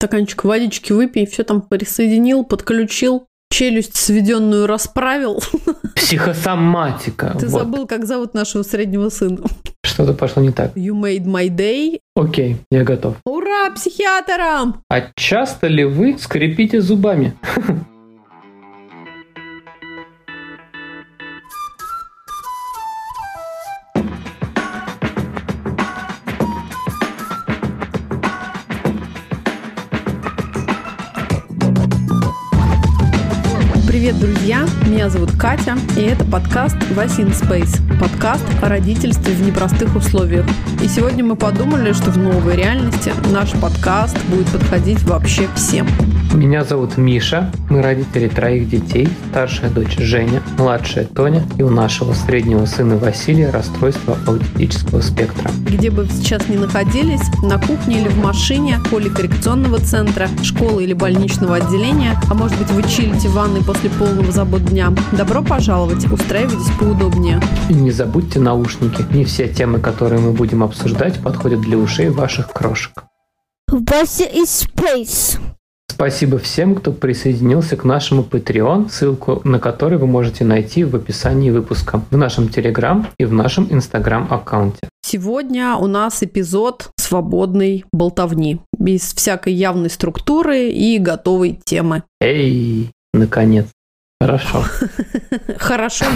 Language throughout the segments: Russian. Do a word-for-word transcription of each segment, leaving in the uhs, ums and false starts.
стаканчик водички выпей, все там присоединил, подключил, челюсть сведенную расправил. Психосоматика. Ты вот. забыл, как зовут нашего среднего сына. Что-то пошло не так. You made my day. Окей, я готов. Ура, психиатрам! А часто ли вы скрипите зубами? Привет, друзья! Меня зовут Катя, и это подкаст Васин Space. Подкаст о родительстве в непростых условиях. И сегодня мы подумали, что в новой реальности наш подкаст будет подходить вообще всем. Меня зовут Миша, мы родители троих детей, старшая дочь Женя, младшая Тоня, и у нашего среднего сына Василия расстройство аутистического спектра. Где бы вы сейчас ни находились, на кухне или в машине, в поле коррекционного центра, школы или больничного отделения, а может быть вы чилите в ванной после полного забот дня, добро пожаловать, устраивайтесь поудобнее. И не забудьте наушники, не все темы, которые мы будем обсуждать, подходят для ушей ваших крошек. Вася is Space. Спасибо всем, кто присоединился к нашему Patreon, ссылку на который вы можете найти в описании выпуска, в нашем Telegram и в нашем Instagram аккаунте. Сегодня у нас эпизод свободной болтовни, без всякой явной структуры и готовой темы. Эй, наконец. Хорошо. Хорошо.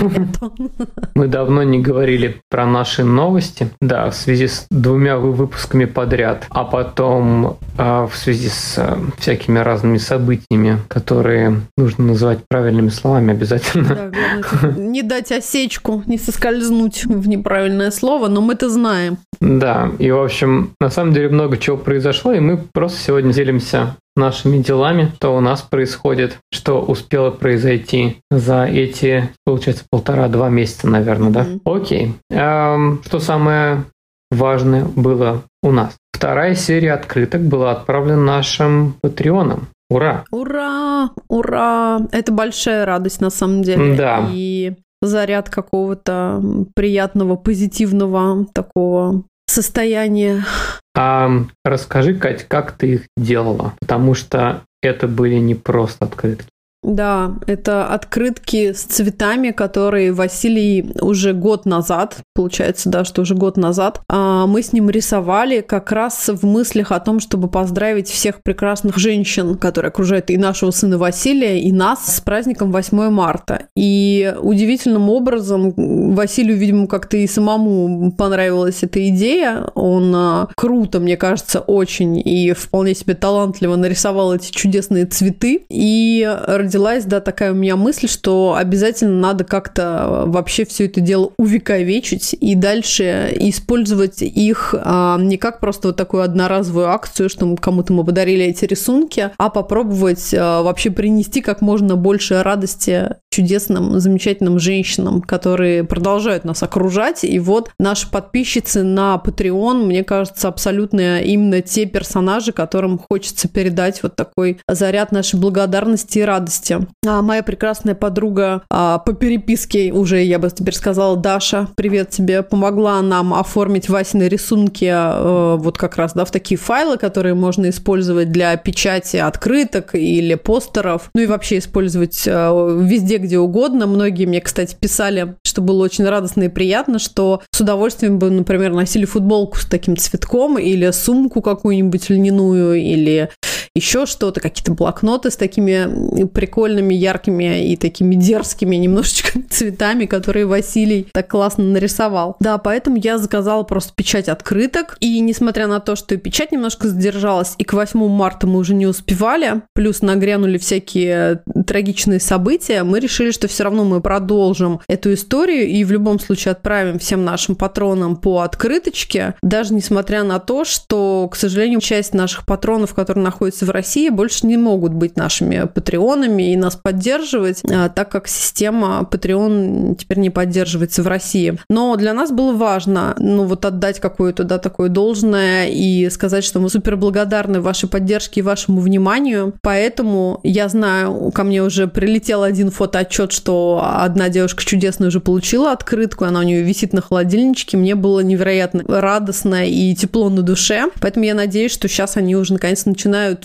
Мы давно не говорили про наши новости, да, в связи с двумя выпусками подряд, а потом э, в связи с э, всякими разными событиями, которые нужно называть правильными словами обязательно. Да, главное, не дать осечку, не соскользнуть в неправильное слово, но мы-то знаем. Да, и в общем, на самом деле много чего произошло, и мы просто сегодня делимся нашими делами, что у нас происходит, что успело произойти за эти, получается, полтора-два месяца, наверное, да? Mm-hmm. Окей. Эм, что самое важное было у нас? Вторая серия открыток была отправлена нашим патреонам. Ура! Ура! Ура! Это большая радость на самом деле. Да. И заряд какого-то приятного, позитивного такого состояния. А расскажи, Кать, как ты их делала? Потому что это были не просто открытки. Да, это открытки с цветами, которые Василий уже год назад, получается, да, что уже год назад, мы с ним рисовали как раз в мыслях о том, чтобы поздравить всех прекрасных женщин, которые окружают и нашего сына Василия, и нас с праздником восьмое марта. И удивительным образом Василию, видимо, как-то и самому понравилась эта идея. Он круто, мне кажется, очень и вполне себе талантливо нарисовал эти чудесные цветы. И родилась, да, такая у меня мысль, что обязательно надо как-то вообще все это дело увековечить и дальше использовать их а, не как просто вот такую одноразовую акцию, что кому-то мы подарили эти рисунки, а попробовать а, вообще принести как можно больше радости чудесным, замечательным женщинам, которые продолжают нас окружать. И вот наши подписчицы на Patreon, мне кажется, абсолютно именно те персонажи, которым хочется передать вот такой заряд нашей благодарности и радости. А моя прекрасная подруга а, по переписке уже, я бы теперь сказала, Даша, привет тебе, помогла нам оформить Васины рисунки а, вот как раз, да, в такие файлы, которые можно использовать для печати открыток или постеров, ну и вообще использовать а, везде, где угодно. Многие мне, кстати, писали, что было очень радостно и приятно, что с удовольствием бы, например, носили футболку с таким цветком или сумку какую-нибудь льняную или еще что-то, какие-то блокноты с такими прикольными, яркими и такими дерзкими немножечко цветами, которые Василий так классно нарисовал. Да, поэтому я заказала просто печать открыток. И несмотря на то, что и печать немножко задержалась, и к восьмому марта мы уже не успевали, плюс нагрянули всякие трагичные события, мы решили, что все равно мы продолжим эту историю и в любом случае отправим всем нашим патронам по открыточке, даже несмотря на то, что, к сожалению, часть наших патронов, которые находятся в России, больше не могут быть нашими патреонами и нас поддерживать, так как система Patreon теперь не поддерживается в России. Но для нас было важно, ну, вот отдать какое-то, да, такое должное и сказать, что мы супер благодарны вашей поддержке и вашему вниманию. Поэтому я знаю, ко мне уже прилетел один фотоотчет, что одна девушка чудесная уже получила открытку, она у нее висит на холодильничке. Мне было невероятно радостно и тепло на душе. Поэтому я надеюсь, что сейчас они уже наконец начинают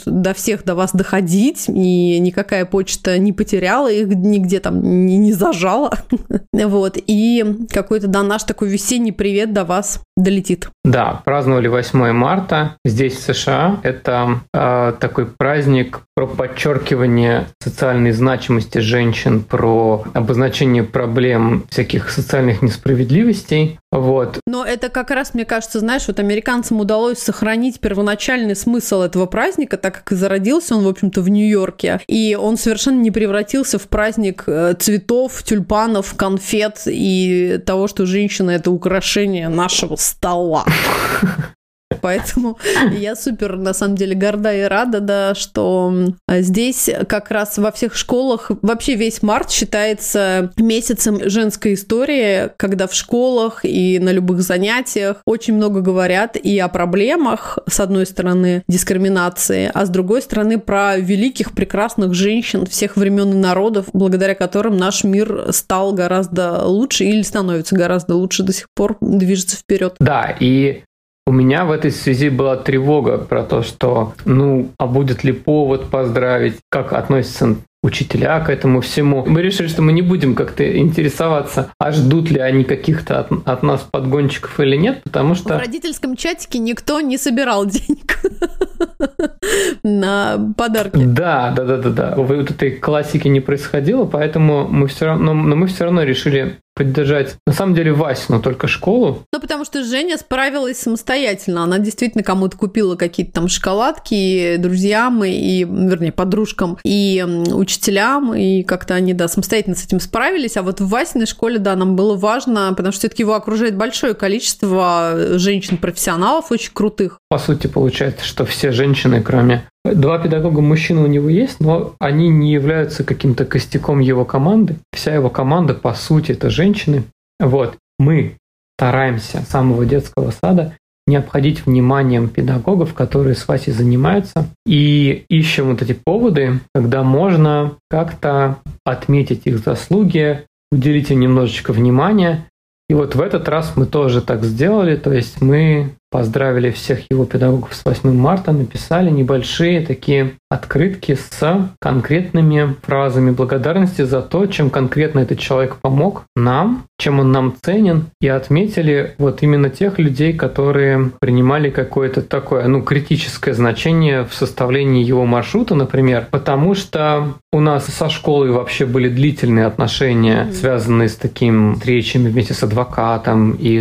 до всех до вас доходить, и никакая почта не потеряла их, нигде там не, не зажала. Вот, и какой-то, да, наш такой весенний привет до вас долетит. Да, праздновали восьмое марта здесь, в США. Это э, такой праздник про подчеркивание социальной значимости женщин, про обозначение проблем всяких социальных несправедливостей. Вот. Но это как раз, мне кажется, знаешь, вот американцам удалось сохранить первоначальный смысл этого праздника, так как и зародился он, в общем-то, в Нью-Йорке. И он совершенно не превратился в праздник цветов, тюльпанов, конфет и того, что женщина – это украшение нашего стола. Поэтому я супер, на самом деле, горда и рада, да, что здесь как раз во всех школах, вообще весь март считается месяцем женской истории, когда в школах и на любых занятиях очень много говорят и о проблемах, с одной стороны, дискриминации, а с другой стороны, про великих, прекрасных женщин всех времен и народов, благодаря которым наш мир стал гораздо лучше или становится гораздо лучше до сих пор, движется вперед. Да, и у меня в этой связи была тревога про то, что, ну, а будет ли повод поздравить, как относятся учителя к этому всему. Мы решили, что мы не будем как-то интересоваться, а ждут ли они каких-то от, от нас подгончиков или нет, потому что... В родительском чатике никто не собирал денег на подарки. Да, да, да, да, да. Вот этой классики не происходило, поэтому мы все равно, но мы все равно решили поддержать, на самом деле, Васю, но только школу. Ну, потому что Женя справилась самостоятельно. Она действительно кому-то купила какие-то там шоколадки друзьям, и, вернее, подружкам, и учителям, и как-то они, да, самостоятельно с этим справились. А вот в Васиной школе, да, нам было важно, потому что все-таки его окружает большое количество женщин-профессионалов, очень крутых. По сути, получается, что все женщины, кроме... Два педагога мужчины у него есть, но они не являются каким-то костяком его команды. Вся его команда, по сути, это женщины. Вот. Мы стараемся с самого детского сада не обходить вниманием педагогов, которые с Васей занимаются, и ищем вот эти поводы, когда можно как-то отметить их заслуги, уделить им немножечко внимания. И вот в этот раз мы тоже так сделали, то есть мы поздравили всех его педагогов с восьмым марта, написали небольшие такие открытки с конкретными фразами благодарности за то, чем конкретно этот человек помог нам, чем он нам ценен, и отметили вот именно тех людей, которые принимали какое-то такое, ну, критическое значение в составлении его маршрута, например, потому что у нас со школой вообще были длительные отношения, связанные с такими встречами вместе с адвокатом и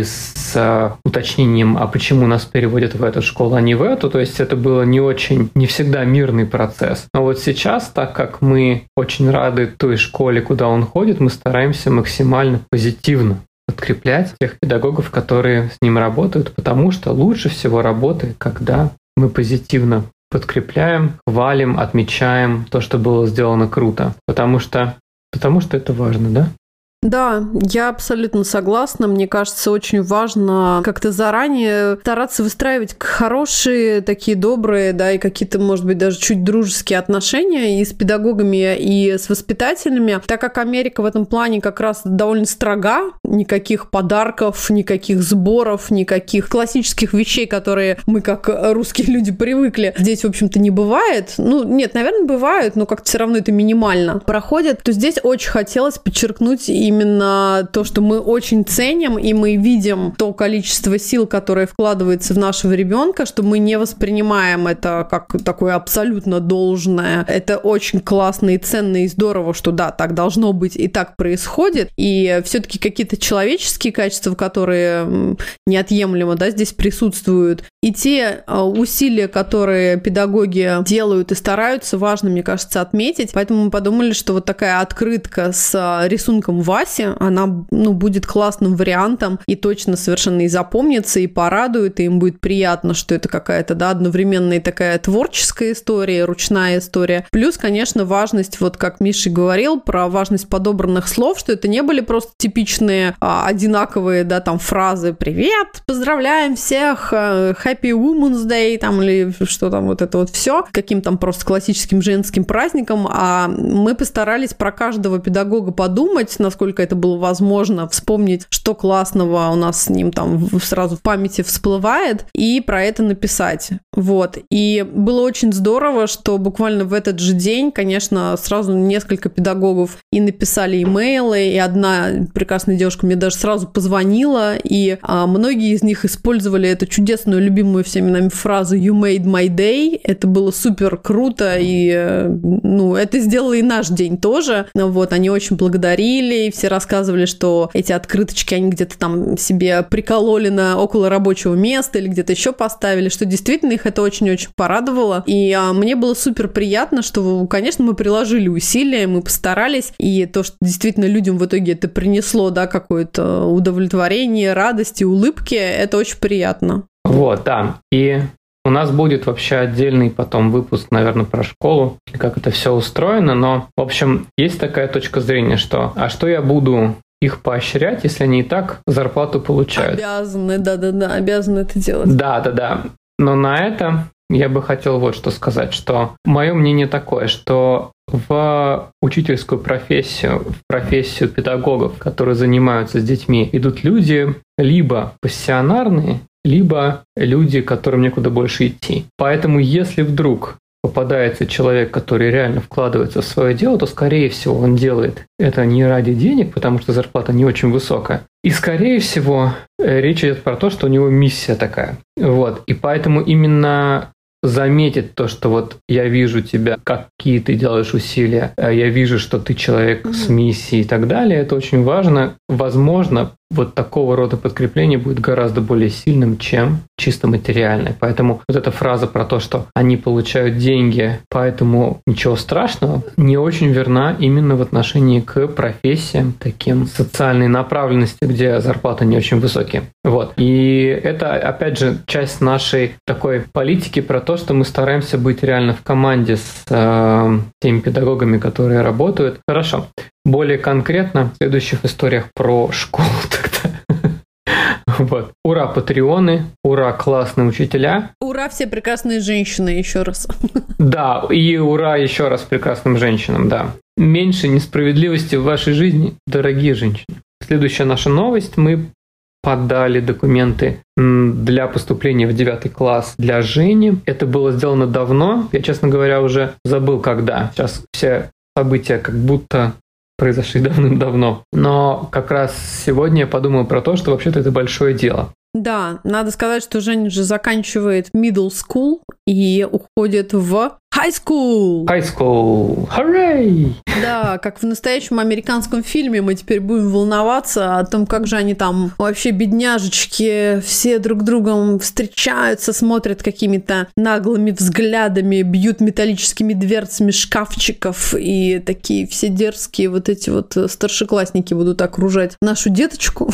с уточнением, а почему нас переводят в эту школу, а не в эту. То есть это было не очень, не всегда мирный процесс. Но вот сейчас, так как мы очень рады той школе, куда он ходит, мы стараемся максимально позитивно подкреплять тех педагогов, которые с ним работают, потому что лучше всего работает, когда мы позитивно подкрепляем, хвалим, отмечаем то, что было сделано круто. Потому что, потому что это важно, да? Да, я абсолютно согласна. Мне кажется, очень важно как-то заранее стараться выстраивать хорошие, такие добрые, да, и какие-то, может быть, даже чуть дружеские отношения и с педагогами, и с воспитателями, так как Америка в этом плане как раз довольно строга, никаких подарков, никаких сборов, никаких классических вещей, которые мы, как русские люди, привыкли, здесь, в общем-то, не бывает. Ну, нет, наверное, бывают, но как-то все равно это минимально проходит. То здесь очень хотелось подчеркнуть и именно то, что мы очень ценим, и мы видим то количество сил, которое вкладывается в нашего ребенка, что мы не воспринимаем это как такое абсолютно должное. Это очень классно и ценно, и здорово, что да, так должно быть и так происходит. И все-таки какие-то человеческие качества, которые неотъемлемо, да, здесь присутствуют, и те усилия, которые педагоги делают и стараются, важно, мне кажется, отметить. Поэтому мы подумали, что вот такая открытка с рисунком Васи, она, ну, будет классным вариантом и точно совершенно и запомнится, и порадует, и им будет приятно, что это какая-то, да, одновременная такая творческая история, ручная история. Плюс, конечно, важность, вот как Миша говорил, про важность подобранных слов, что это не были просто типичные а, одинаковые, да, там фразы «Привет! Поздравляем всех! Happy Women's Day!» там, или что там, вот это вот все каким там просто классическим женским праздником, а мы постарались про каждого педагога подумать, насколько насколько это было возможно, вспомнить, что классного у нас с ним там сразу в памяти всплывает, и про это написать. Вот. И было очень здорово, что буквально в этот же день, конечно, сразу несколько педагогов и написали имейлы, и одна прекрасная девушка мне даже сразу позвонила, и а, многие из них использовали эту чудесную, любимую всеми нами фразу «You made my day». Это было супер круто, и ну, это сделало и наш день тоже. Вот, они очень благодарили, и все рассказывали, что эти открыточки они где-то там себе прикололи на около рабочего места или где-то еще поставили, что действительно их это очень-очень порадовало. И а, мне было супер приятно, что, конечно, мы приложили усилия, мы постарались, и то, что действительно людям в итоге это принесло, да, какое-то удовлетворение, радость и улыбки, это очень приятно. Вот, да. И у нас будет вообще отдельный потом выпуск, наверное, про школу, и как это все устроено, но, в общем, есть такая точка зрения, что «а что я буду их поощрять, если они и так зарплату получают?» Обязаны, да-да-да, обязаны это делать. Да-да-да. Но на это я бы хотел вот что сказать, что мое мнение такое, что в учительскую профессию, в профессию педагогов, которые занимаются с детьми, идут люди либо пассионарные, либо люди, которым некуда больше идти. Поэтому если вдруг попадается человек, который реально вкладывается в свое дело, то, скорее всего, он делает это не ради денег, потому что зарплата не очень высокая. И, скорее всего, речь идет про то, что у него миссия такая. Вот. И поэтому именно заметить то, что вот я вижу тебя, какие ты делаешь усилия, я вижу, что ты человек с миссией и так далее, это очень важно. Возможно, вот такого рода подкрепление будет гораздо более сильным, чем чисто материальное. Поэтому вот эта фраза про то, что они получают деньги, поэтому ничего страшного, не очень верна именно в отношении к профессиям, таким социальной направленности, где зарплаты не очень высокие. Вот. И это, опять же, часть нашей такой политики про то, что мы стараемся быть реально в команде с э, теми педагогами, которые работают. Хорошо. Более конкретно в следующих историях про школу тогда. Вот. Ура, патреоны, ура, классные учителя. Ура, все прекрасные женщины, еще раз. Да, и ура еще раз прекрасным женщинам, да. Меньше несправедливости в вашей жизни, дорогие женщины. Следующая наша новость. Мы подали документы для поступления в девятый класс для Жени. Это было сделано давно. Я, честно говоря, уже забыл, когда. Сейчас все события как будто произошли давным-давно. Но как раз сегодня я подумал про то, что вообще-то это большое дело. Да, надо сказать, что Женя же заканчивает middle school и уходит в high school. High school. Hooray! Да, как в настоящем американском фильме мы теперь будем волноваться о том, как же они там вообще бедняжечки, все друг другом встречаются, смотрят какими-то наглыми взглядами, бьют металлическими дверцами шкафчиков, и такие все дерзкие вот эти вот старшеклассники будут окружать нашу деточку.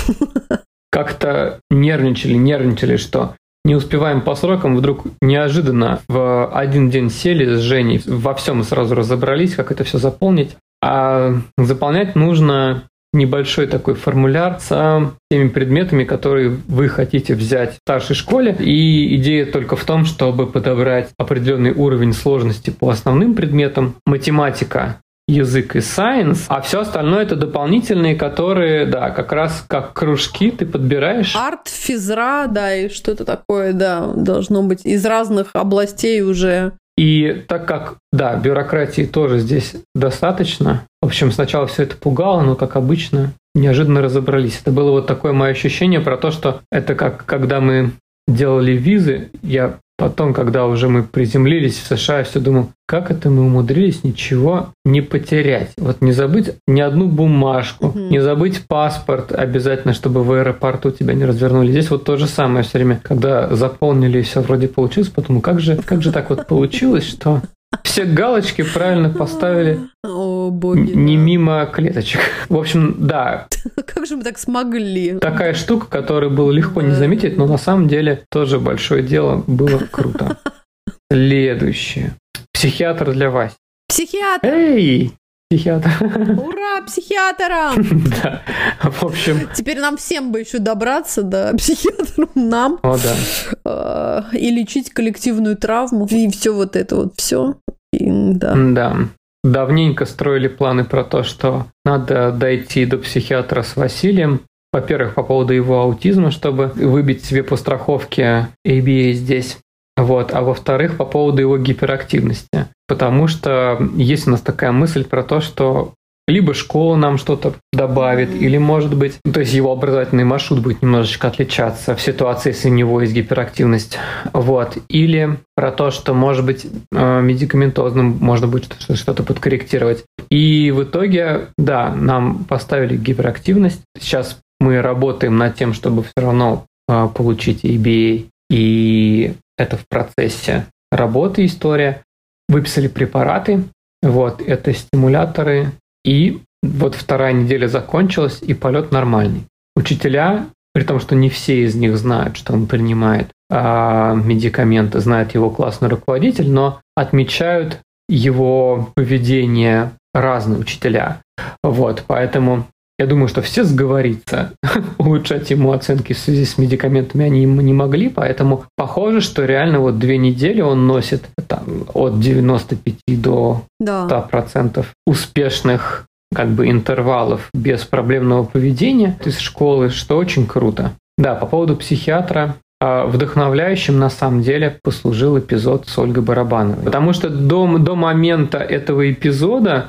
Как-то нервничали, нервничали, что не успеваем по срокам, вдруг неожиданно в один день сели с Женей, во всем сразу разобрались, как это все заполнить. А заполнять нужно небольшой такой формуляр с теми предметами, которые вы хотите взять в старшей школе. И идея только в том, чтобы подобрать определенный уровень сложности по основным предметам. Математика, язык и science, а все остальное это дополнительные, которые, да, как раз как кружки ты подбираешь. Арт, физра, да, и что-то такое, да, должно быть из разных областей уже. И так как, да, бюрократии тоже здесь достаточно, в общем, сначала все это пугало, но, как обычно, неожиданно разобрались. Это было вот такое мое ощущение про то, что это как когда мы делали визы, я потом, когда уже мы приземлились в США, я все думал, как это мы умудрились ничего не потерять. Вот не забыть ни одну бумажку, mm-hmm. не забыть паспорт обязательно, чтобы в аэропорту тебя не развернули. Здесь вот то же самое все время. Когда заполнили и все вроде получилось, подумал, как же, как же так вот получилось, что все галочки правильно поставили. О, боги, не да. Мимо клеточек. В общем, да. Как же мы так смогли? Такая штука, которую было легко не заметить, но на самом деле тоже большое дело, было круто. Следующее. Психиатр для Васи. Психиатр! Эй! Психиатр. Ура, психиатрам! Да, в общем... Теперь нам всем бы еще добраться до психиатра, нам. О, да. И лечить коллективную травму, и все вот это вот все. И, да. Да. давненько строили планы про то, что надо дойти до психиатра с Василием. Во-первых, по поводу его аутизма, чтобы выбить себе по страховке эй би эй здесь. Вот. А во-вторых, по поводу его гиперактивности. Потому что есть у нас такая мысль про то, что либо школа нам что-то добавит, или, может быть, то есть его образовательный маршрут будет немножечко отличаться в ситуации, если у него есть гиперактивность. Вот. Или про то, что, может быть, медикаментозным можно будет что-то подкорректировать. И в итоге, да, нам поставили гиперактивность. Сейчас мы работаем над тем, чтобы все равно получить эй би эй. И это в процессе работы история. Выписали препараты. Вот, это стимуляторы. И вот вторая неделя закончилась, и полет нормальный. Учителя, при том, что не все из них знают, что он принимает а, медикаменты, знает его классный руководитель, но отмечают его поведение разные учителя. Вот, поэтому я думаю, что все сговориться, улучшать ему оценки в связи с медикаментами они не могли, поэтому похоже, что реально вот две недели он носит там, от девяноста пяти до ста процентов успешных как бы интервалов без проблемного поведения из школы, что очень круто. Да, по поводу психиатра, вдохновляющим на самом деле послужил эпизод с Ольгой Барабановой. Потому что до, до момента этого эпизода,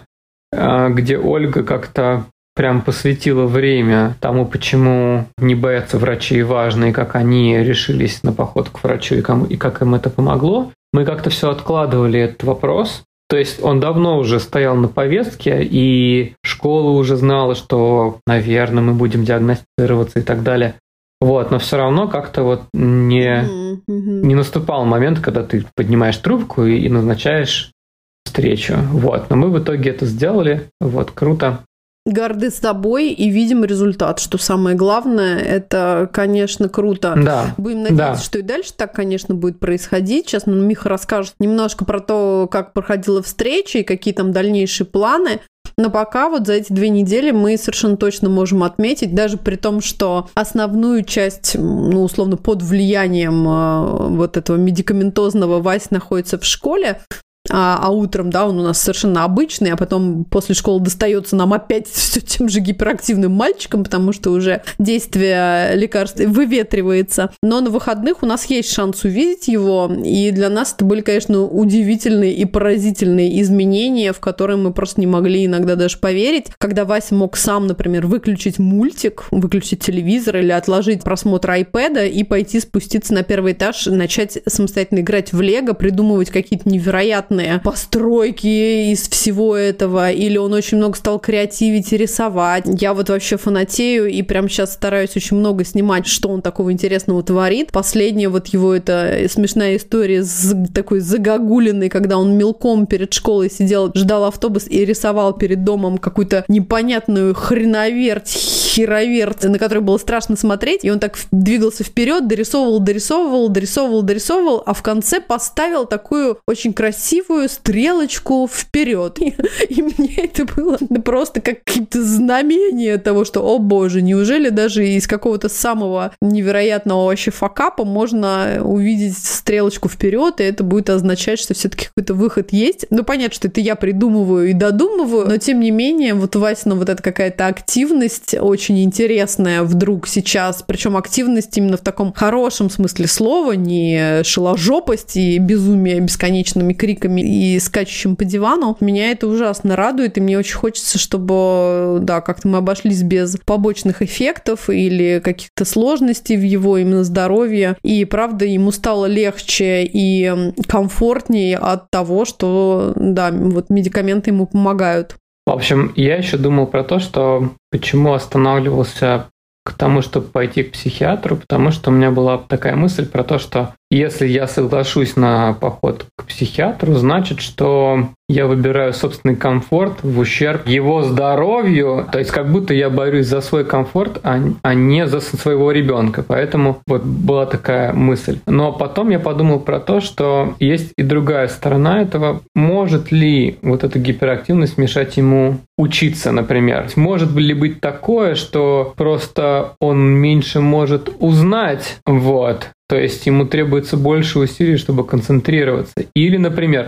где Ольга как-то прям посвятила время тому, почему не боятся врачей важно, и как они решились на поход к врачу, и, кому, и как им это помогло, мы как-то все откладывали этот вопрос. То есть он давно уже стоял на повестке, и школа уже знала, что, наверное, мы будем диагностироваться и так далее. Вот, но все равно как-то вот не, mm-hmm. не наступал момент, когда ты поднимаешь трубку и, и назначаешь встречу. Вот, но мы в итоге это сделали. Вот, круто. Горды с тобой и видим результат, что самое главное, это, конечно, круто. Да. Будем надеяться, Да. что и дальше так, конечно, будет происходить. Сейчас нам Миха расскажет немножко про то, как проходила встреча и какие там дальнейшие планы. Но пока вот за эти две недели мы совершенно точно можем отметить, даже при том, что основную часть, ну, условно, под влиянием э, вот этого медикаментозного Вася находится в школе, А, а утром, да, он у нас совершенно обычный, а потом после школы достается нам опять все тем же гиперактивным мальчиком, потому что уже действие лекарств выветривается. Но на выходных у нас есть шанс увидеть его, и для нас это были, конечно, удивительные и поразительные изменения, в которые мы просто не могли иногда даже поверить. Когда Вася мог сам, например, выключить мультик, выключить телевизор или отложить просмотр айпэда и пойти спуститься на первый этаж, начать самостоятельно играть в лего, придумывать какие-то невероятные постройки из всего этого, или он очень много стал креативить и рисовать. Я вот вообще фанатею и прямо сейчас стараюсь очень много снимать, что он такого интересного творит. Последняя вот его эта смешная история с такой загогулиной, когда он мелком перед школой сидел, ждал автобус и рисовал перед домом какую-то непонятную хреноверть, хероверть, на которую было страшно смотреть, и он так двигался вперед, дорисовывал, дорисовывал, дорисовывал, дорисовывал, а в конце поставил такую очень красивую стрелочку вперед. И, и мне это было просто как какие-то знамения того, что, о боже, неужели даже из какого-то самого невероятного вообще факапа можно увидеть стрелочку вперед, и это будет означать, что все-таки какой-то выход есть. Ну, понятно, что это я придумываю и додумываю, но тем не менее, вот у Васина вот эта какая-то активность очень интересная вдруг сейчас, причем активность именно в таком хорошем смысле слова, не шеложопость и безумие бесконечными криками и скачущим по дивану. Меня это ужасно радует, и мне очень хочется, чтобы, да, как-то мы обошлись без побочных эффектов или каких-то сложностей в его именно здоровье. И, правда, ему стало легче и комфортнее от того, что, да, вот медикаменты ему помогают. В общем, я еще думал про то, что почему останавливался к тому, чтобы пойти к психиатру, потому что у меня была такая мысль про то, что если я соглашусь на поход к психиатру, значит, что я выбираю собственный комфорт в ущерб его здоровью. То есть как будто я борюсь за свой комфорт, а, а не за своего ребенка. Поэтому вот была такая мысль. Но потом я подумал про то, что есть и другая сторона этого. Может ли вот эта гиперактивность мешать ему учиться, например? Может ли быть такое, что просто он меньше может узнать, вот, то есть ему требуется больше усилий, чтобы концентрироваться. Или, например,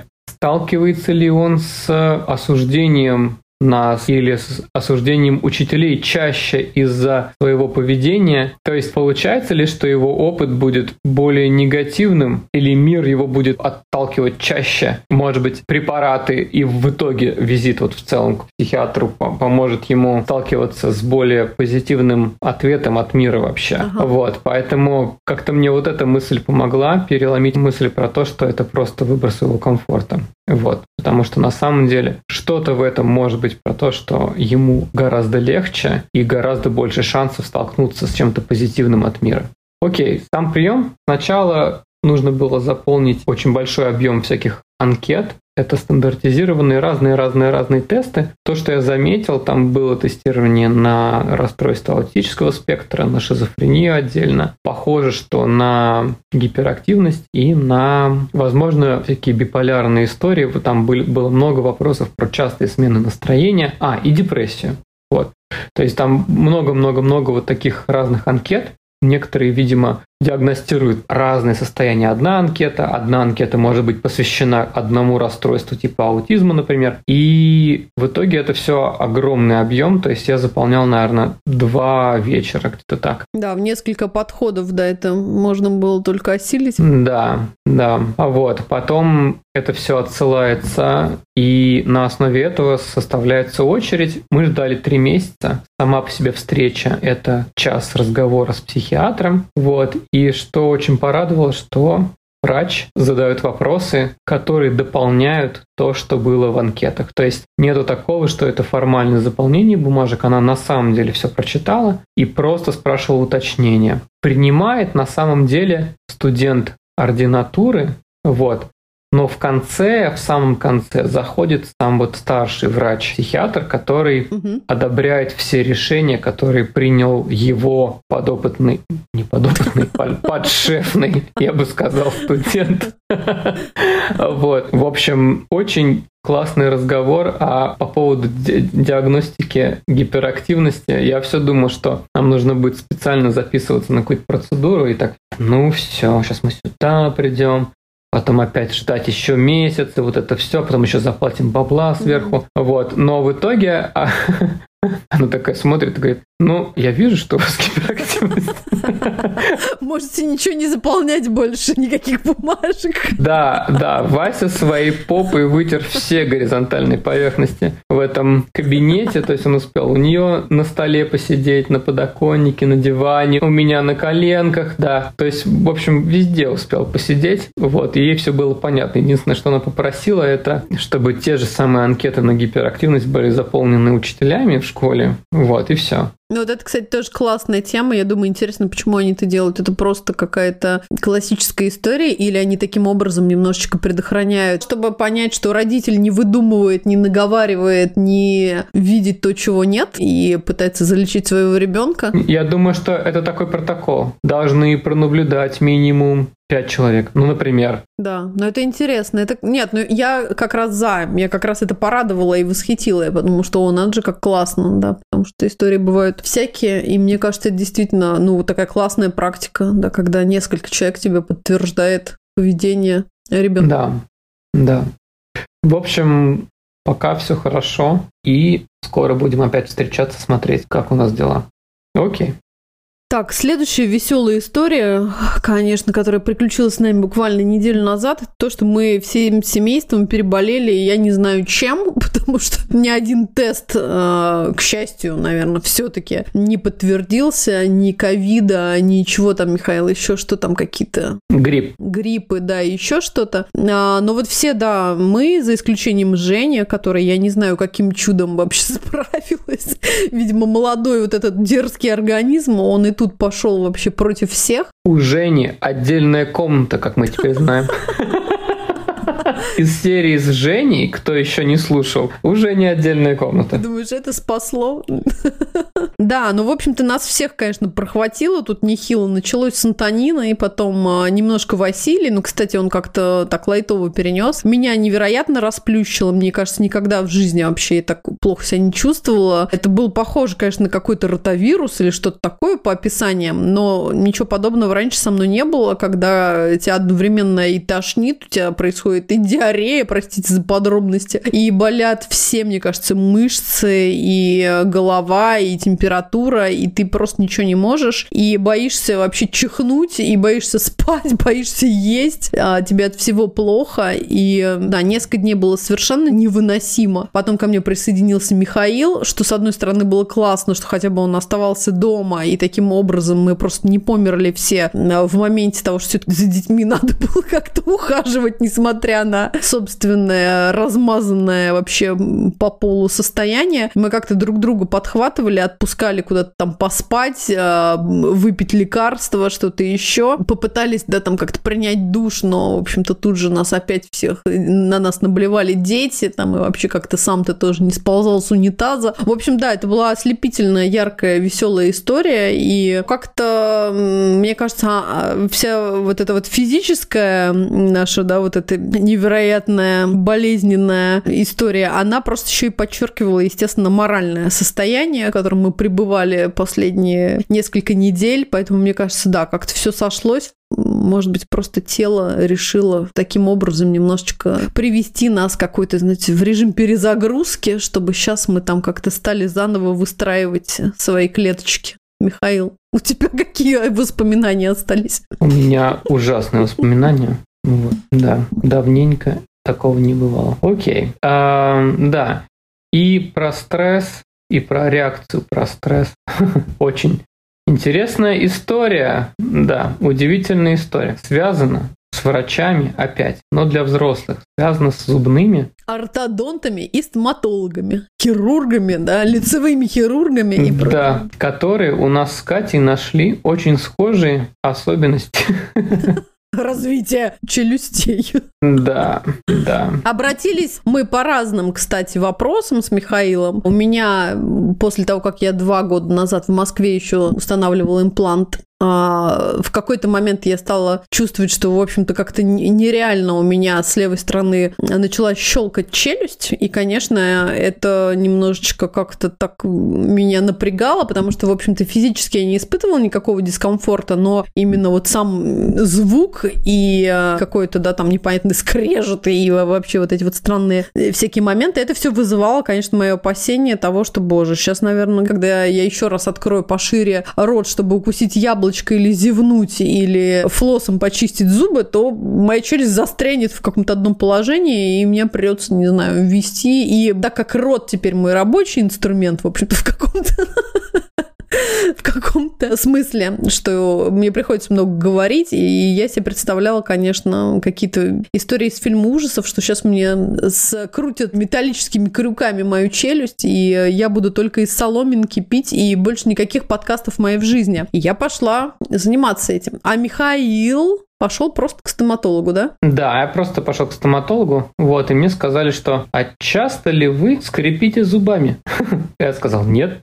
сталкивается ли он с осуждением нас или с осуждением учителей чаще из-за своего поведения. То есть получается ли, что его опыт будет более негативным или мир его будет отталкивать чаще? Может быть, препараты и в итоге визит вот в целом к психиатру поможет ему сталкиваться с более позитивным ответом от мира вообще. Ага. Вот, поэтому как-то мне вот эта мысль помогла переломить мысль про то, что это просто выбор своего комфорта. Вот, потому что на самом деле что-то в этом может быть про то, что ему гораздо легче и гораздо больше шансов столкнуться с чем-то позитивным от мира. Окей, сам прием. Сначала нужно было заполнить очень большой объем всяких анкет. Это стандартизированные разные-разные-разные тесты. То, что я заметил, там было тестирование на расстройство аутического спектра, на шизофрению отдельно. Похоже, что на гиперактивность и на, возможно, всякие биполярные истории. Там были, было много вопросов про частые смены настроения. А, и депрессию. Вот. То есть там много-много-много вот таких разных анкет. Некоторые, видимо, диагностируют разные состояния. Одна анкета, одна анкета может быть посвящена одному расстройству типа аутизма, например. И в итоге это все огромный объем. То есть я заполнял, наверное, два вечера, где-то так. Да, в несколько подходов, да, это можно было только осилить. Да, да. А вот потом это все отсылается, и на основе этого составляется очередь. Мы ждали три месяца. Сама по себе встреча — это час разговора с психиатром. Вот. И что очень порадовало, что врач задает вопросы, которые дополняют то, что было в анкетах. То есть нету такого, что это формальное заполнение бумажек, она на самом деле все прочитала и просто спрашивала уточнения. Принимает на самом деле студент ординатуры, вот. Но в конце, в самом конце заходит сам вот старший врач-психиатр, который угу. одобряет все решения, которые принял его подопытный, не подопытный, подшефный, я бы сказал, студент. Вот. В общем, очень классный разговор. А по поводу ди- диагностики гиперактивности, я все думал, что нам нужно будет специально записываться на какую-то процедуру и так, ну все, сейчас мы сюда придем. Потом опять ждать еще месяц, и вот это все, потом еще заплатим бабла сверху. Mm-hmm. Вот. Но в итоге она такая смотрит и говорит, ну, я вижу, что у вас гиперактивность. Можете ничего не заполнять больше, никаких бумажек. Да, да, Вася своей попой вытер все горизонтальные поверхности в этом кабинете, то есть он успел у нее на столе посидеть, на подоконнике, на диване, у меня на коленках, да, то есть, в общем, везде успел посидеть, вот, и ей все было понятно. Единственное, что она попросила, это чтобы те же самые анкеты на гиперактивность были заполнены учителями в школе, вот, и все. Ну вот это, кстати, тоже классная тема. Я думаю, интересно, почему они это делают. Это просто какая-то классическая история, или они таким образом немножечко предохраняют, чтобы понять, что родитель не выдумывает, не наговаривает, не видит то, чего нет, и пытается залечить своего ребенка. Я думаю, что это такой протокол. Должны пронаблюдать минимум пять человек, ну, например. Да, но это интересно. Это... Нет, ну я как раз за. Я как раз это порадовала и восхитила, потому что, о, надо же, как классно, да, потому что истории бывают всякие, и мне кажется, это действительно, ну, такая классная практика, да, когда несколько человек тебе подтверждает поведение ребенка. Да, да. В общем, пока все хорошо, и скоро будем опять встречаться, смотреть, как у нас дела. Окей. Так, следующая веселая история, конечно, которая приключилась с нами буквально неделю назад, это то, что мы всем семейством переболели, я не знаю чем, потому что ни один тест, к счастью, наверное, все-таки не подтвердился, ни ковида, ничего там, Михаил, еще что там какие-то... Грипп. Гриппы, да, еще что-то. Но вот все, да, мы, за исключением Жени, которая, я не знаю, каким чудом вообще справилась, видимо, молодой вот этот дерзкий организм, он и тут пошел вообще против всех. У Жени отдельная комната, как мы теперь знаем. Из серии с Женей, кто еще не слушал, у Жени отдельная комната. Думаешь, это спасло? Да, ну, в общем-то, нас всех, конечно, прохватило. Тут нехило началось с Антонина, и потом немножко Василий. Ну, кстати, он как-то так лайтово перенес. Меня невероятно расплющило. Мне кажется, никогда в жизни вообще я так плохо себя не чувствовала. Это было похоже, конечно, на какой-то ротавирус или что-то такое по описаниям, но ничего подобного раньше со мной не было, когда тебя одновременно и тошнит, у тебя происходит и диарея, диарея, простите за подробности, и болят все, мне кажется, мышцы, и голова, и температура, и ты просто ничего не можешь, и боишься вообще чихнуть, и боишься спать, боишься есть, а тебе от всего плохо, и да, несколько дней было совершенно невыносимо. Потом ко мне присоединился Михаил, что, с одной стороны, было классно, что хотя бы он оставался дома, и таким образом мы просто не померли все в моменте того, что все-таки за детьми надо было как-то ухаживать, несмотря на собственное размазанное вообще по полу состояние. Мы как-то друг друга подхватывали, отпускали куда-то там поспать, выпить лекарства, что-то еще. Попытались, да, там как-то принять душ, но, в общем-то, тут же нас опять всех, на нас наблевали дети, там, и вообще как-то сам ты тоже не сползал с унитаза. В общем, да, это была ослепительная, яркая, веселая история, и как-то, мне кажется, вся вот эта вот физическая наша, да, вот эта невероятная, болезненная история, она просто еще и подчеркивала, естественно, моральное состояние, в котором мы пребывали последние несколько недель, поэтому, мне кажется, да, как-то все сошлось. Может быть, просто тело решило таким образом немножечко привести нас какой-то, знаете, в режим перезагрузки, чтобы сейчас мы там как-то стали заново выстраивать свои клеточки. Михаил, у тебя какие воспоминания остались? У меня ужасные воспоминания. Вот, да, давненько такого не бывало. Окей. А, да. И про стресс, и про реакцию про стресс. Очень интересная история. Да, удивительная история. Связана с врачами опять, но для взрослых. Связана с зубными. Ортодонтами и стоматологами. Хирургами, да, лицевыми хирургами. И да, которые у нас с Катей нашли очень схожие особенности. Развитие челюстей. Да, да. Обратились мы по разным, кстати, вопросам с Михаилом. У меня после того, как я два года назад в Москве еще устанавливала имплант, в какой-то момент я стала чувствовать, что, в общем-то, как-то нереально у меня с левой стороны начала щелкать челюсть, и, конечно, это немножечко как-то так меня напрягало, потому что, в общем-то, физически я не испытывала никакого дискомфорта, но именно вот сам звук и какой-то, да, там непонятный скрежет и вообще вот эти вот странные всякие моменты, это все вызывало, конечно, мое опасение того, что, боже, сейчас, наверное, когда я еще раз открою пошире рот, чтобы укусить яблочко или зевнуть, или флоссом почистить зубы, то моя челюсть застрянет в каком-то одном положении, и мне придется, не знаю, ввести. И так как рот теперь мой рабочий инструмент, в общем-то, в каком-то в каком-то смысле, что мне приходится много говорить, и я себе представляла, конечно, какие-то истории из фильма ужасов, что сейчас мне скрутят металлическими крюками мою челюсть, и я буду только из соломинки пить, и больше никаких подкастов в моей жизни. И я пошла заниматься этим. А Михаил пошел просто к стоматологу, да? Да, я просто пошел к стоматологу, вот, и мне сказали, что «А часто ли вы скрипите зубами?» Я сказал «Нет».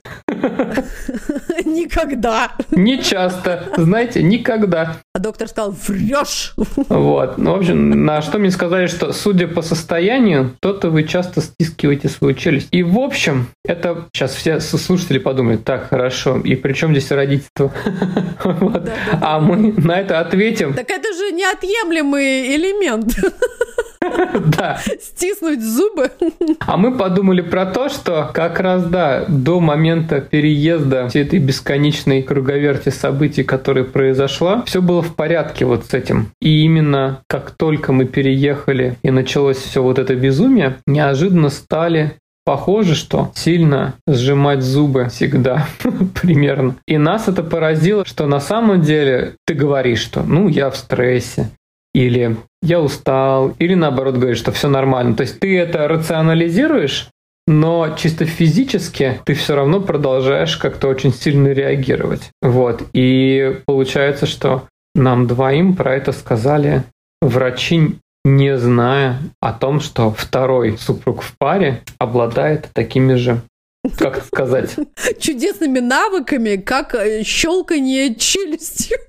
Никогда. Не часто, знаете, никогда. А доктор сказал «Врешь!» Вот, ну, в общем, на что мне сказали, что, судя по состоянию, то-то вы часто стискиваете свою челюсть. И, в общем, это сейчас все слушатели подумают, так, хорошо, и при чем здесь родительство? А мы на это ответим. Так это же неотъемлемый элемент. Да. Стиснуть зубы. А мы подумали про то, что как раз, да, до момента переезда всей этой бесконечной круговерти событий, которая произошла, все было в порядке вот с этим. И именно как только мы переехали и началось все вот это безумие, неожиданно стали похоже, что сильно сжимать зубы всегда примерно. И нас это поразило, что на самом деле ты говоришь, что ну я в стрессе, или я устал, или наоборот говоришь, что все нормально. То есть ты это рационализируешь, но чисто физически ты все равно продолжаешь как-то очень сильно реагировать. Вот. И получается, что нам двоим про это сказали врачи, не зная о том, что второй супруг в паре обладает такими же, как сказать, чудесными навыками, как щелканье челюстью.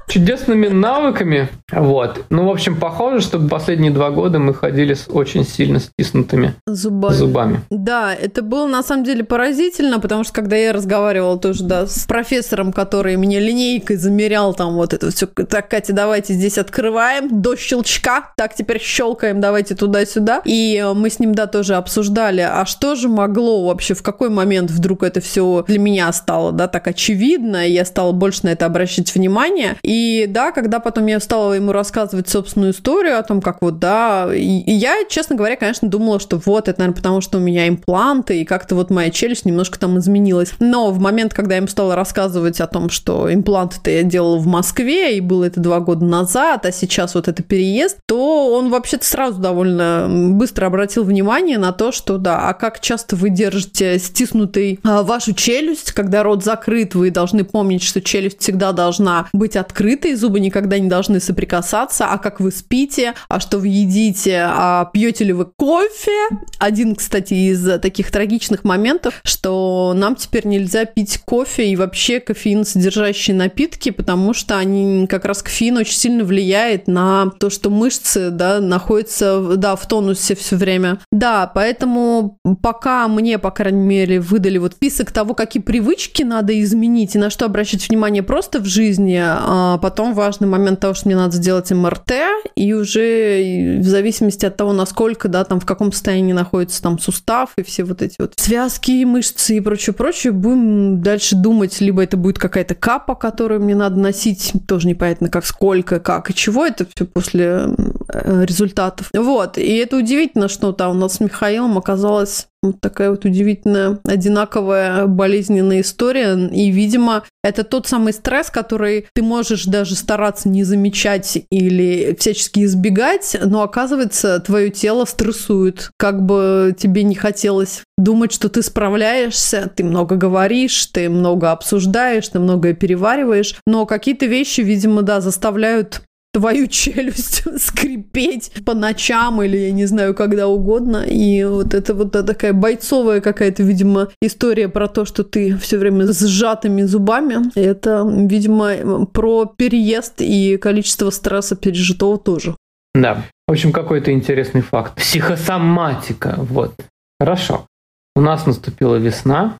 чудесными навыками. Вот. Ну, в общем, похоже, что последние два года мы ходили с очень сильно стиснутыми зубами. зубами. Да, это было на самом деле поразительно, потому что когда я разговаривала тоже, да, с профессором, который мне линейкой замерял там вот это все, так, Катя, давайте здесь открываем до щелчка, так, теперь щелкаем, давайте туда-сюда. И мы с ним, да, тоже обсуждали, а что же могло вообще, в какой момент вдруг это все для меня стало, да, так очевидно, и я стала больше на это обращать внимание. И да, когда потом я стала ему рассказывать собственную историю о том, как вот, да, и, и я, честно говоря, конечно, думала, что вот, это, наверное, потому что у меня импланты, и как-то вот моя челюсть немножко там изменилась. Но в момент, когда я ему стала рассказывать о том, что импланты-то я делала в Москве, и было это два года назад, а сейчас вот это переезд, то он вообще-то сразу довольно быстро обратил внимание на то, что да, а как часто вы держите стиснутый а, вашу челюсть, когда рот закрыт, вы должны помнить, что челюсть всегда должна быть открытой, зубы никогда не должны соприкасаться, а как вы спите, а что вы едите, а пьете ли вы кофе. Один, кстати, из таких трагичных моментов, что нам теперь нельзя пить кофе и вообще кофеин-содержащие напитки, потому что они, как раз кофеин очень сильно влияет на то, что мышцы, да, находятся, да, в тонусе все время. Да, поэтому пока мне, по крайней мере, выдали вот список того, какие привычки надо изменить и на что обращать внимание просто в жизни, а потом важный момент того, что мне надо сделать эм эр тэ, и уже в зависимости от того, насколько, да, там в каком состоянии находится там сустав и все вот эти вот связки, мышцы и прочее-прочее, будем дальше думать, либо это будет какая-то капа, которую мне надо носить, тоже непонятно как, сколько, как и чего, это все после результатов. Вот, и это удивительно, что там у нас с Михаилом оказалось вот такая вот удивительная, одинаковая болезненная история. И, видимо, это тот самый стресс, который ты можешь даже стараться не замечать или всячески избегать, но, оказывается, твое тело стрессует. Как бы тебе не хотелось думать, что ты справляешься, ты много говоришь, ты много обсуждаешь, ты многое перевариваешь, но какие-то вещи, видимо, да, заставляют твою челюсть скрипеть по ночам или, я не знаю, когда угодно. И вот это вот такая бойцовая какая-то, видимо, история про то, что ты все время с сжатыми зубами. Это, видимо, про переезд и количество стресса пережитого тоже. Да. В общем, какой-то интересный факт. Психосоматика. Вот. Хорошо. У нас наступила весна.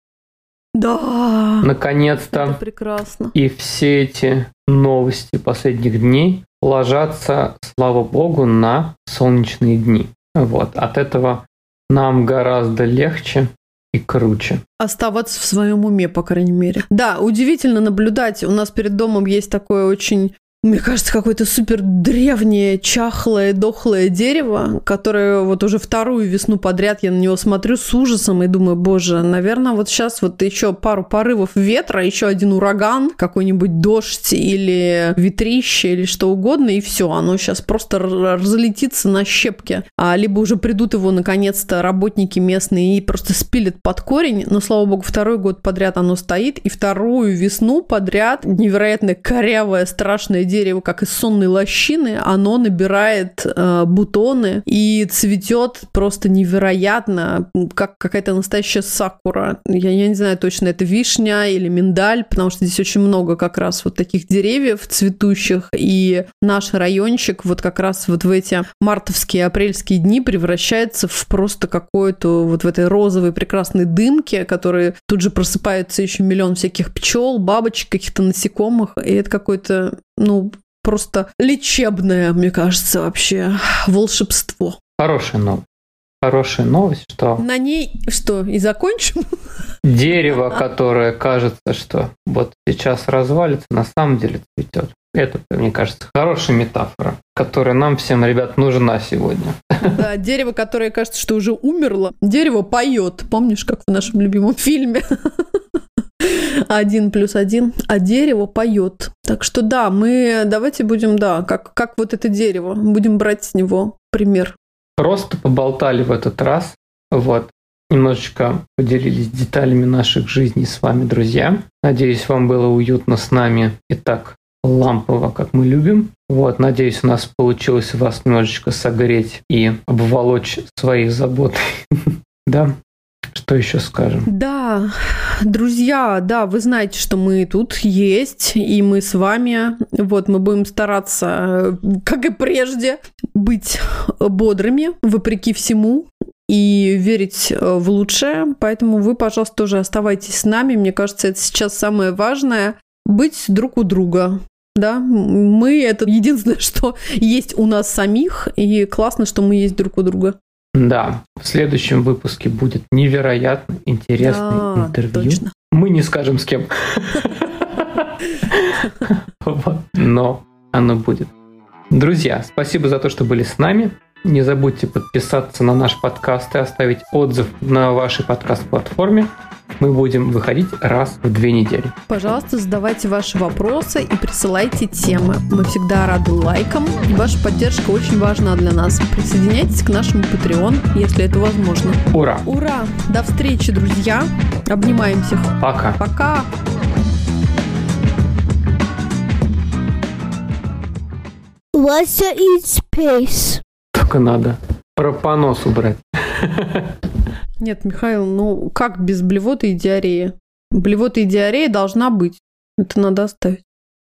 Да. Наконец-то. Это прекрасно. И все эти новости последних дней ложатся, слава богу, на солнечные дни. Вот. От этого нам гораздо легче и круче. Оставаться в своем уме, по крайней мере. Да, удивительно наблюдать. У нас перед домом есть такое очень, мне кажется, какое-то супер древнее, чахлое, дохлое дерево, которое вот уже вторую весну подряд я на него смотрю с ужасом и думаю, боже, наверное, вот сейчас вот еще пару порывов ветра, еще один ураган, какой-нибудь дождь или ветрище или что угодно, и все, оно сейчас просто разлетится на щепки. А либо уже придут его, наконец-то, работники местные и просто спилят под корень, но, слава богу, второй год подряд оно стоит, и вторую весну подряд невероятно корявое, страшное дерево, дерево, как из сонной лощины, оно набирает э, бутоны и цветет просто невероятно, как какая-то настоящая сакура. Я, я не знаю точно, это вишня или миндаль, потому что здесь очень много как раз вот таких деревьев цветущих, и наш райончик вот как раз вот в эти мартовские, апрельские дни превращается в просто какое-то вот в этой розовой прекрасной дымке, которые тут же просыпаются еще миллион всяких пчел, бабочек, каких-то насекомых, и это какой-то, ну, просто лечебное, мне кажется, вообще волшебство. Хорошая новость. Хорошая новость, что... На ней что, и закончим? Дерево, которое кажется, что вот сейчас развалится, на самом деле цветет. Это, мне кажется, хорошая метафора, которая нам всем, ребят, нужна сегодня. Да, дерево, которое кажется, что уже умерло. Дерево поет. Помнишь, как в нашем любимом фильме? Один плюс один, а дерево поет. Так что да, мы давайте будем, да, как, как вот это дерево, будем брать с него пример. Просто поболтали в этот раз, вот, немножечко поделились деталями наших жизней с вами, друзья. Надеюсь, вам было уютно с нами и так лампово, как мы любим. Вот, надеюсь, у нас получилось вас немножечко согреть и обволочь своей заботой. Да? Что еще скажем? Да, друзья, да, вы знаете, что мы тут есть, и мы с вами. Вот, мы будем стараться, как и прежде, быть бодрыми, вопреки всему, и верить в лучшее. Поэтому вы, пожалуйста, тоже оставайтесь с нами. Мне кажется, это сейчас самое важное – быть друг у друга. Да, мы – это единственное, что есть у нас самих, и классно, что мы есть друг у друга. Да, в следующем выпуске будет невероятно интересное да, интервью. Точно. Мы не скажем, с кем. Но оно будет. Друзья, спасибо за то, что были с нами. Не забудьте подписаться на наш подкаст и оставить отзыв на вашей подкаст-платформе. Мы будем выходить раз в две недели. Пожалуйста, задавайте ваши вопросы и присылайте темы. Мы всегда рады лайкам, и ваша поддержка очень важна для нас. Присоединяйтесь к нашему Patreon, если это возможно. Ура! Ура! До встречи, друзья! Обнимаем всех. Пока! Пока! Russia in space. Только надо про понос убрать. Нет, Михаил, ну как без блевоты и диареи? Блевота и диарея должна быть. Это надо оставить.